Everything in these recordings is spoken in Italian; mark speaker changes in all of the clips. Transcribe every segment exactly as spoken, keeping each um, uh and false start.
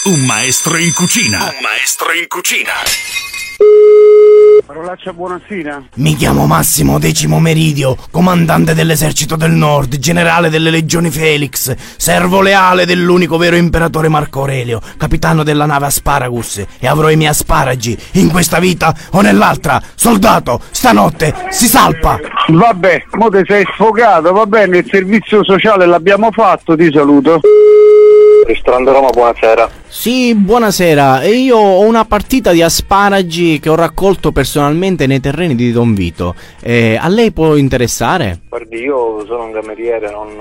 Speaker 1: Un maestro in cucina. Un maestro in cucina.
Speaker 2: Parolaccia, buonasera.
Speaker 3: Mi chiamo Massimo Decimo Meridio, comandante dell'esercito del Nord, generale delle legioni Felix, servo leale dell'unico vero imperatore Marco Aurelio, capitano della nave Asparagus, e avrò i miei asparagi in questa vita o nell'altra. Soldato, stanotte si salpa.
Speaker 2: Vabbè, mo te sei sfogato, va bene, il servizio sociale l'abbiamo fatto, ti saluto.
Speaker 4: Ristorante Roma, buonasera.
Speaker 3: Sì, buonasera. E io ho una partita di asparagi che ho raccolto personalmente nei terreni di Don Vito. Eh, a lei può interessare?
Speaker 4: Guardi, io sono un cameriere, non,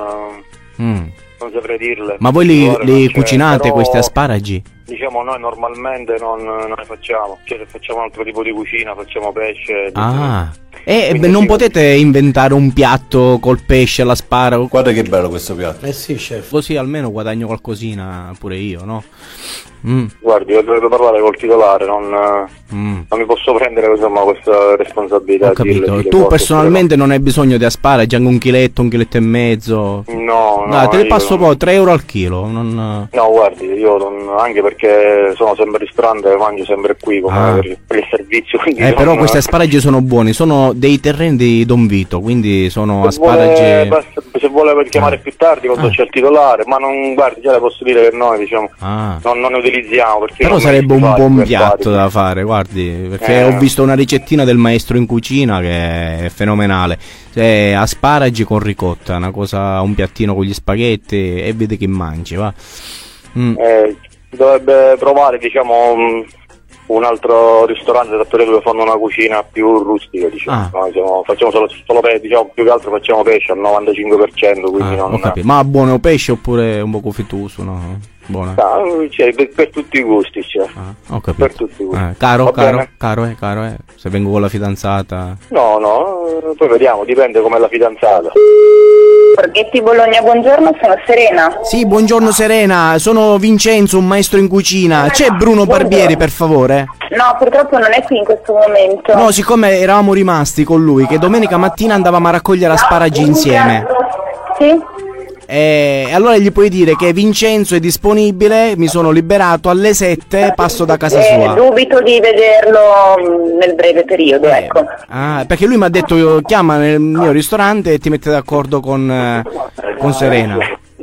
Speaker 3: Mm.
Speaker 4: non saprei dirle.
Speaker 3: Ma voi li,
Speaker 4: Ora
Speaker 3: li
Speaker 4: non c'è,
Speaker 3: cucinate
Speaker 4: però,
Speaker 3: questi asparagi?
Speaker 4: Diciamo, noi normalmente non, non ne facciamo. Cioè, se facciamo un altro tipo di cucina, facciamo pesce.
Speaker 3: Ah. E
Speaker 4: Quindi
Speaker 3: beh, non
Speaker 4: sì,
Speaker 3: potete inventare un piatto col pesce all'asparago?
Speaker 5: Guarda che bello questo piatto.
Speaker 3: Eh sì, chef. Così almeno guadagno qualcosina pure io, no? Mm.
Speaker 4: Guardi, io dovevo parlare col titolare, non,
Speaker 3: Mm.
Speaker 4: non mi posso prendere, insomma, questa responsabilità.
Speaker 3: Ho capito.
Speaker 4: Dirle, dire
Speaker 3: Tu
Speaker 4: cose,
Speaker 3: personalmente non hai bisogno di asparagi, anche un chiletto, un chiletto e mezzo.
Speaker 4: No, no.
Speaker 3: Dai, te ne
Speaker 4: io
Speaker 3: passo
Speaker 4: non-
Speaker 3: poi tre euro al chilo. Non...
Speaker 4: No, guardi, io non, anche perché sono sempre al ristorante e mangio sempre qui come
Speaker 3: Ah.
Speaker 4: per, per il servizio. Quindi
Speaker 3: Eh, però
Speaker 4: non-
Speaker 3: questi asparagi sono buoni, sono dei terreni di Don Vito, quindi sono
Speaker 4: Se vuole,
Speaker 3: asparagi.
Speaker 4: basta- se vuole chiamare
Speaker 3: Ah.
Speaker 4: più tardi quando
Speaker 3: Ah.
Speaker 4: c'è il titolare, ma non, guardi, già le posso dire che noi, diciamo,
Speaker 3: Ah.
Speaker 4: non, non ne utilizziamo perché
Speaker 3: Però
Speaker 4: non
Speaker 3: sarebbe un
Speaker 4: mi
Speaker 3: buon
Speaker 4: per
Speaker 3: piatto
Speaker 4: vari.
Speaker 3: da fare, guardi, perché
Speaker 4: Eh.
Speaker 3: ho visto una ricettina del maestro in cucina che è fenomenale. Cioè, asparagi con ricotta, una cosa, un piattino con gli spaghetti e vede che mangi, va. Mm.
Speaker 4: Eh, dovrebbe provare, diciamo, un, un altro ristorante trattoria dove fanno una cucina più rustica, diciamo.
Speaker 3: Ah.
Speaker 4: Noi siamo- facciamo solo, solo pesce, diciamo, più che altro facciamo pesce al novantacinque per cento, quindi
Speaker 3: Ah,
Speaker 4: non
Speaker 3: ho capito. Ma buono pesce oppure un poco fettuso, no? Buona.
Speaker 4: Ah, cioè, per, per tutti i gusti, cioè.
Speaker 3: Ah, ho capito.
Speaker 4: Per tutti i gusti.
Speaker 3: Eh, caro,
Speaker 4: Va
Speaker 3: caro,
Speaker 4: bene?
Speaker 3: caro, eh, caro, eh. Se vengo con la fidanzata.
Speaker 4: No, no, eh, poi vediamo, dipende com'è la fidanzata.
Speaker 6: Borghetti Bologna, buongiorno, sono Serena.
Speaker 3: Sì, buongiorno Serena, sono Vincenzo, un maestro in cucina. C'è Bruno Barbieri, per favore?
Speaker 6: No, purtroppo non è qui in questo momento.
Speaker 3: No, siccome eravamo rimasti con lui che domenica mattina andavamo a raccogliere asparagi insieme.
Speaker 6: Sì?
Speaker 3: E allora gli puoi dire che Vincenzo è disponibile, mi sono liberato alle sette, passo da casa
Speaker 6: Eh,
Speaker 3: sua.
Speaker 6: dubito di vederlo mh, nel breve periodo,
Speaker 3: Eh,
Speaker 6: ecco.
Speaker 3: Ah, perché lui mi ha detto chiama nel mio ristorante e ti mette d'accordo con, eh, con Serena.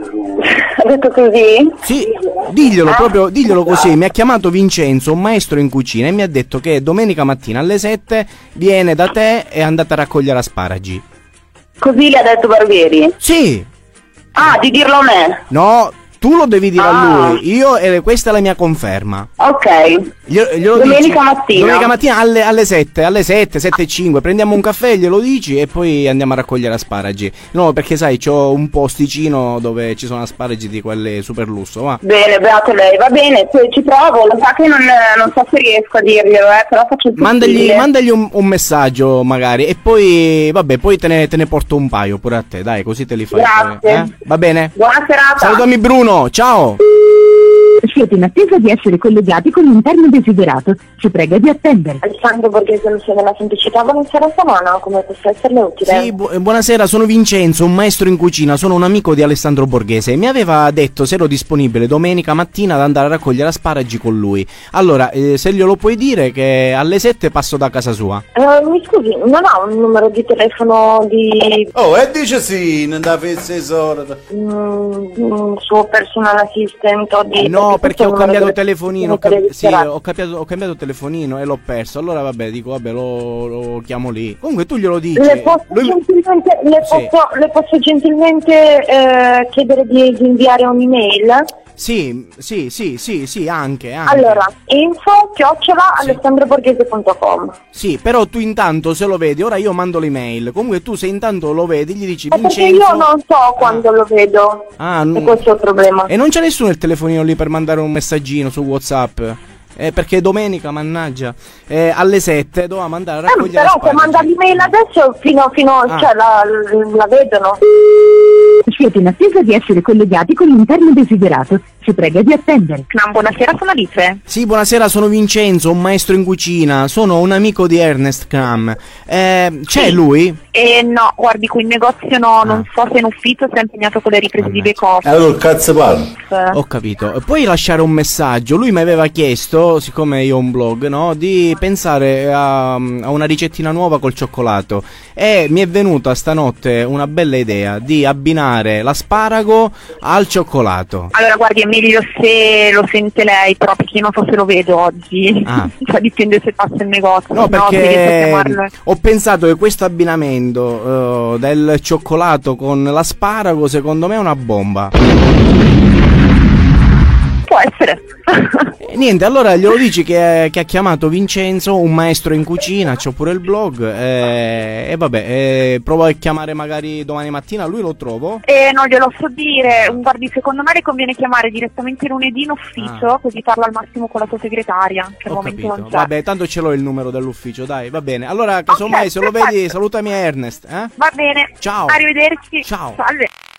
Speaker 6: Ha detto così?
Speaker 3: Sì, diglielo proprio, diglielo così. Mi ha chiamato Vincenzo, un maestro in cucina, e mi ha detto che domenica mattina alle sette viene da te e è andata a raccogliere asparagi.
Speaker 6: Così le ha detto Barbieri?
Speaker 3: Sì,
Speaker 6: Ah, di dirlo a me?
Speaker 3: no, tu lo devi dire
Speaker 6: Ah.
Speaker 3: a lui. Io, e questa è la mia conferma.
Speaker 6: Ok.
Speaker 3: Glielo, glielo
Speaker 6: Domenica
Speaker 3: dici?
Speaker 6: mattina?
Speaker 3: Domenica mattina alle, alle sette, alle sette, sette e cinque, prendiamo un caffè, glielo dici e poi andiamo a raccogliere asparagi. No, perché sai, c'ho un posticino dove ci sono asparagi di quelle super lusso, va.
Speaker 6: Bene, beato lei, va bene, poi ci provo, lo sa che non, non so se riesco a dirglielo, eh, però faccio il
Speaker 3: Mandagli,
Speaker 6: possibile.
Speaker 3: mandagli un, un messaggio magari e poi, vabbè, poi te ne, te ne porto un paio pure a te, dai, così te li fai.
Speaker 6: Grazie.
Speaker 3: Eh? Va bene?
Speaker 6: Buona serata.
Speaker 3: Salutami Bruno, ciao!
Speaker 7: Siete in attesa di essere collegati con l'interno desiderato. Si prega di attendere.
Speaker 6: Alessandro Borghese, Lucia della Semplicità, buonasera Savana, come posso esserle utile?
Speaker 3: Sì, bu- buonasera, sono Vincenzo, un maestro in cucina, sono un amico di Alessandro Borghese. Mi aveva detto se ero disponibile domenica mattina ad andare a raccogliere asparagi con lui. Allora, eh, se glielo puoi dire che alle sette passo da casa sua.
Speaker 6: Eh, mi scusi, non ha un numero di telefono di
Speaker 5: Oh, e dice sì, non da fesse sorda.
Speaker 6: mm, un suo personal assistant o di...
Speaker 3: No, perché ho
Speaker 6: questo
Speaker 3: cambiato
Speaker 6: numero
Speaker 3: telefonino, ho,
Speaker 6: deve-
Speaker 3: cam- sì,
Speaker 6: deve-
Speaker 3: ho, cambiato, ho cambiato telefonino e l'ho perso. Allora vabbè, dico vabbè, lo, lo chiamo lì. Comunque tu glielo dici.
Speaker 6: Le posso
Speaker 3: Lui-
Speaker 6: gentilmente, le
Speaker 3: Sì.
Speaker 6: posso, le posso gentilmente eh, chiedere di, di inviare un'email?
Speaker 3: Sì, sì, sì, sì, sì, anche, anche.
Speaker 6: Allora, info chiocciola
Speaker 3: Sì.
Speaker 6: alessandroborghese punto com.
Speaker 3: Sì, però tu intanto se lo vedi, ora io mando l'email. Comunque tu se intanto lo vedi, gli dici
Speaker 6: È perché
Speaker 3: Vincenzo.
Speaker 6: io non so quando lo vedo.
Speaker 3: Ah,
Speaker 6: E
Speaker 3: n-
Speaker 6: questo è il problema.
Speaker 3: E non c'è nessuno il telefonino lì per mandare un messaggino su WhatsApp? Eh, perché domenica, mannaggia, eh, alle sette doveva mandare a
Speaker 6: Eh,
Speaker 3: raccogliere
Speaker 6: però se
Speaker 3: asparagi.
Speaker 6: manda l'email adesso fino, fino
Speaker 3: Ah.
Speaker 6: cioè la, la vedono.
Speaker 7: Siete in attesa di essere collegati con l'interno desiderato. Si prega di attendere.
Speaker 6: No, buonasera, sono Alice.
Speaker 3: Sì, buonasera, sono Vincenzo, un maestro in cucina. Sono un amico di Ernest Cram. Eh, c'è
Speaker 6: Sì.
Speaker 3: lui?
Speaker 6: Eh no, guardi, qui in negozio no, non so se è in ufficio, si è impegnato con le riprese di back office.
Speaker 5: Allora il cazzo parlo.
Speaker 3: Ho capito. Puoi lasciare un messaggio? Lui mi aveva chiesto, siccome io ho un blog, no, di pensare a, a una ricettina nuova col cioccolato. E mi è venuta stanotte una bella idea di abbinare l'asparago al cioccolato.
Speaker 6: Allora, guardi, è meglio se lo sente lei, però perché io non so se lo vedo oggi.
Speaker 3: Ah.
Speaker 6: Cioè, dipende se passa in negozio.
Speaker 3: No,
Speaker 6: se se riesco a
Speaker 3: perché
Speaker 6: chiamarlo.
Speaker 3: ho pensato che questo abbinamento uh, del cioccolato con l'asparago secondo me è una bomba.
Speaker 6: Può essere.
Speaker 3: E niente, allora glielo dici che, che ha chiamato Vincenzo, un maestro in cucina, c'ho pure il blog, e, e vabbè, e provo a chiamare magari domani mattina, lui lo trovo?
Speaker 6: Eh, non glielo so dire, guardi, secondo me le conviene chiamare direttamente lunedì in ufficio,
Speaker 3: Ah.
Speaker 6: così parla al massimo con la sua segretaria, che al
Speaker 3: Ho
Speaker 6: momento
Speaker 3: capito,
Speaker 6: non c'è.
Speaker 3: vabbè, tanto ce l'ho il numero dell'ufficio, dai, va bene. Allora, casomai
Speaker 6: Ok,
Speaker 3: se lo
Speaker 6: perfetto.
Speaker 3: vedi, salutami a Ernest, eh?
Speaker 6: Va bene,
Speaker 3: Ciao.
Speaker 6: arrivederci.
Speaker 3: Ciao.
Speaker 6: Salve.